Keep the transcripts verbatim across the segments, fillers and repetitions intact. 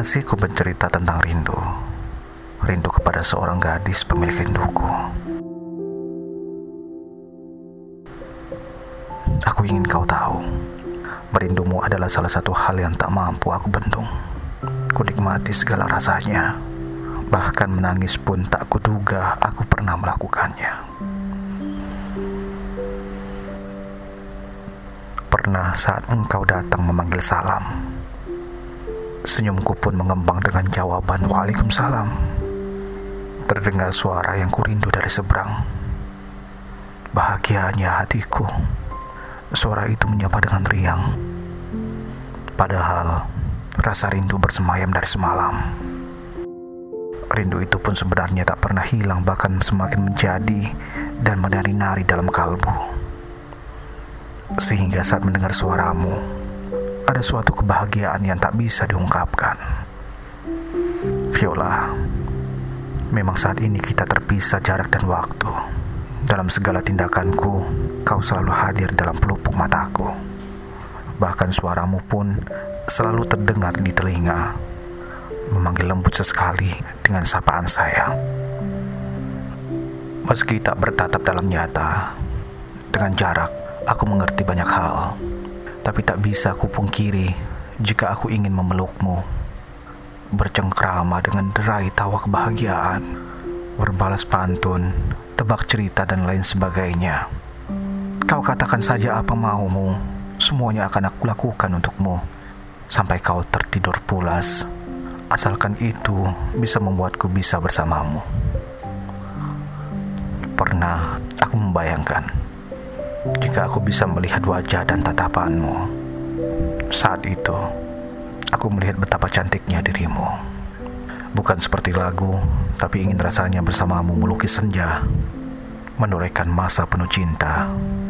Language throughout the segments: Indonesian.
Masih ku bercerita tentang rindu. Rindu kepada seorang gadis pemilik rinduku. Aku ingin kau tahu, merindumu adalah salah satu hal yang tak mampu aku bendung. Ku nikmati segala rasanya. Bahkan menangis pun tak kuduga aku pernah melakukannya. Pernah saat engkau datang memanggil salam, senyumku pun mengembang dengan jawaban Waalaikumsalam. Terdengar suara yang kurindu dari seberang. Bahagianya hatiku. Suara itu menyapa dengan riang. Padahal rasa rindu bersemayam dari semalam. Rindu itu pun sebenarnya tak pernah hilang, bahkan semakin menjadi dan menari-nari dalam kalbu. Sehingga saat mendengar suaramu, ada suatu kebahagiaan yang tak bisa diungkapkan. Viola, memang saat ini kita terpisah jarak dan waktu. Dalam segala tindakanku, kau selalu hadir dalam pelupuk mataku. Bahkan suaramu pun selalu terdengar di telinga, memanggil lembut sesekali dengan sapaan sayang. Meski tak bertatap dalam nyata, dengan jarak aku mengerti banyak hal. Tapi tak bisa aku pungkiri jika aku ingin memelukmu, bercengkrama dengan derai tawa kebahagiaan, berbalas pantun, tebak cerita dan lain sebagainya. Kau katakan saja apa maumu, semuanya akan aku lakukan untukmu, sampai kau tertidur pulas, asalkan itu bisa membuatku bisa bersamamu. Pernah aku membayangkan jika aku bisa melihat wajah dan tatapanmu. Saat itu, aku melihat betapa cantiknya dirimu. Bukan seperti lagu, tapi ingin rasanya bersamamu melukis senja, menorehkan masa penuh cinta.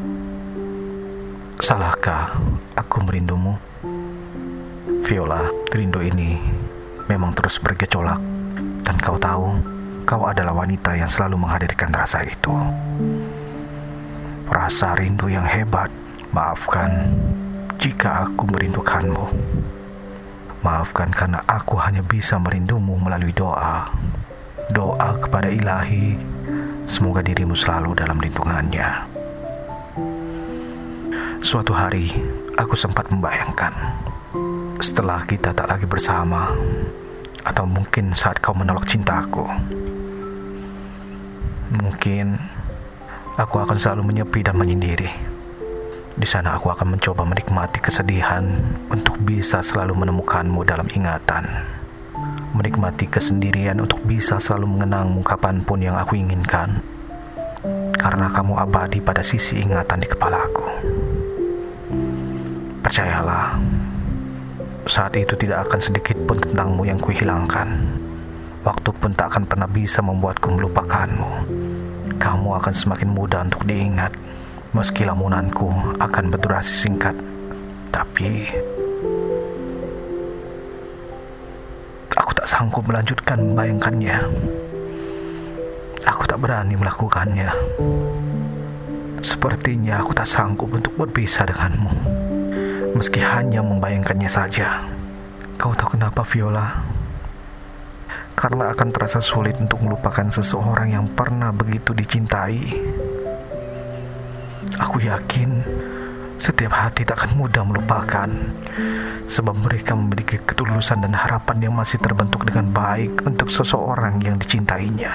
Salahkah aku merindumu? Viola, rindu ini memang terus bergejolak. Dan kau tahu, kau adalah wanita yang selalu menghadirkan rasa itu. Rasa rindu yang hebat. Maafkan jika aku merindukanmu. Maafkan karena aku hanya bisa merindumu melalui doa. Doa kepada Ilahi, semoga dirimu selalu dalam lindungannya. Suatu hari, aku sempat membayangkan, setelah kita tak lagi bersama, atau mungkin saat kau menolak cintaku, mungkin aku akan selalu menyepi dan menyendiri. Di sana aku akan mencoba menikmati kesedihan untuk bisa selalu menemukanmu dalam ingatan. Menikmati kesendirian untuk bisa selalu mengenangmu kapanpun yang aku inginkan. Karena kamu abadi pada sisi ingatan di kepalaku. Percayalah, saat itu tidak akan sedikit pun tentangmu yang kuhilangkan. Waktu pun tak akan pernah bisa membuatku melupakanmu. Kamu akan semakin mudah untuk diingat, meski lamunanku akan berdurasi singkat. Tapi aku tak sanggup melanjutkan membayangkannya. Aku tak berani melakukannya. Sepertinya aku tak sanggup untuk berpisah denganmu, meski hanya membayangkannya saja. Kau tahu kenapa, Viola? Karena akan terasa sulit untuk melupakan seseorang yang pernah begitu dicintai. Aku yakin setiap hati tak akan mudah melupakan, sebab mereka memiliki ketulusan dan harapan yang masih terbentuk dengan baik untuk seseorang yang dicintainya.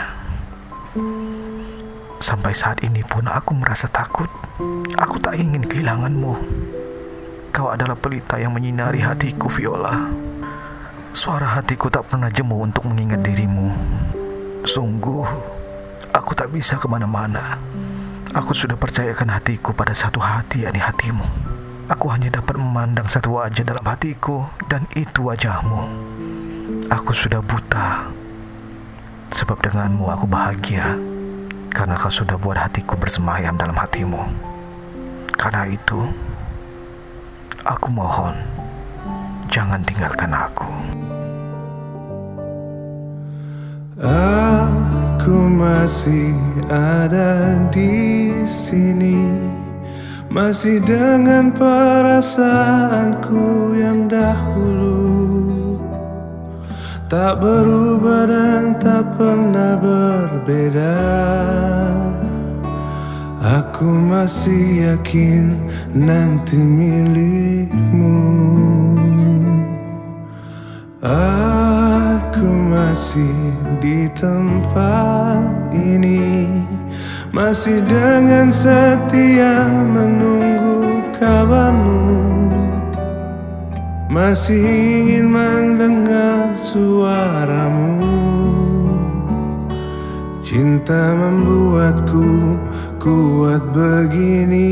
Sampai saat ini pun aku merasa takut. Aku tak ingin kehilanganmu. Kau adalah pelita yang menyinari hatiku, Viola. Suara hatiku tak pernah jemu untuk mengingat dirimu. Sungguh, aku tak bisa kemana-mana. Aku sudah percayakan hatiku pada satu hati, yakni hatimu. Aku hanya dapat memandang satu wajah dalam hatiku, dan itu wajahmu. Aku sudah buta, sebab denganmu aku bahagia, karena kau sudah buat hatiku bersemayam dalam hatimu. Karena itu, aku mohon, jangan tinggalkan aku. Aku masih ada di sini, masih dengan perasaanku yang dahulu. tak berubah dan tak pernah berbeda. Aku masih yakin nanti milikmu. Aku masih di tempat ini, masih dengan setia menunggu kabarmu, masih ingin mendengar suaramu. Cinta membuatku kuat begini.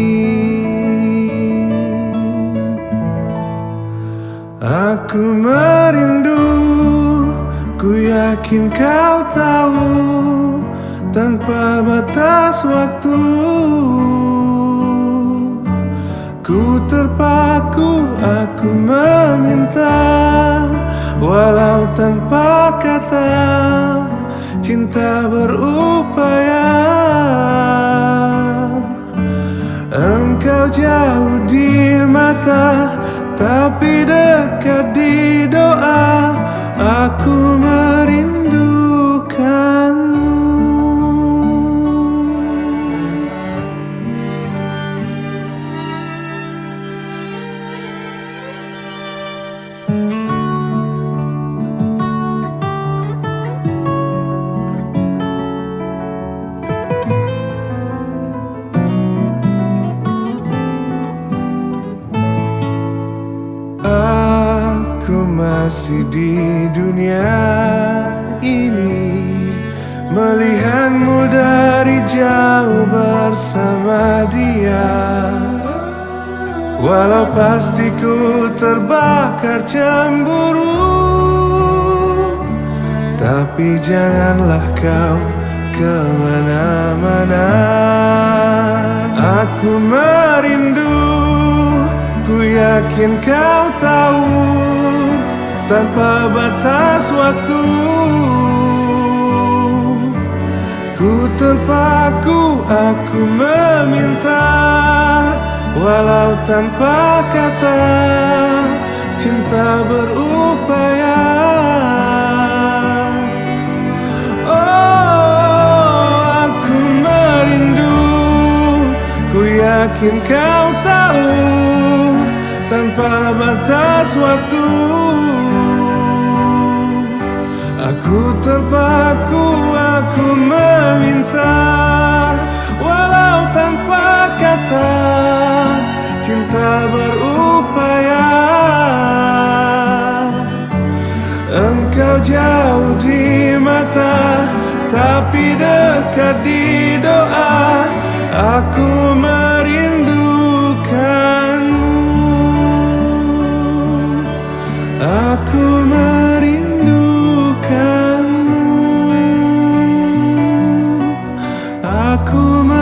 Aku merindu, ku yakin kau tahu, tanpa batas waktu. Ku terpaku, aku meminta, walau tanpa kata, cinta berupaya. Engkau jauh di mata, tapi dekat di doa. Aku merindukanmu. Aku masih di dunia ini, melihatmu dari jauh bersama dia. Walau pasti ku terbakar cemburu, tapi janganlah kau kemana-mana. Aku merindu, ku yakin kau tahu, tanpa batas waktu. Ku terpaku, aku meminta, walau tanpa kata, cinta berupaya. Oh, aku merindu, ku yakin kau tahu, tanpa batas waktu. Aku terpaku, aku meminta, walau tanpa kata, cinta berupaya. Engkau jauh di mata, tapi dekat di doa. Aku merindukanmu. Aku merindukanmu. Aku merindukanmu.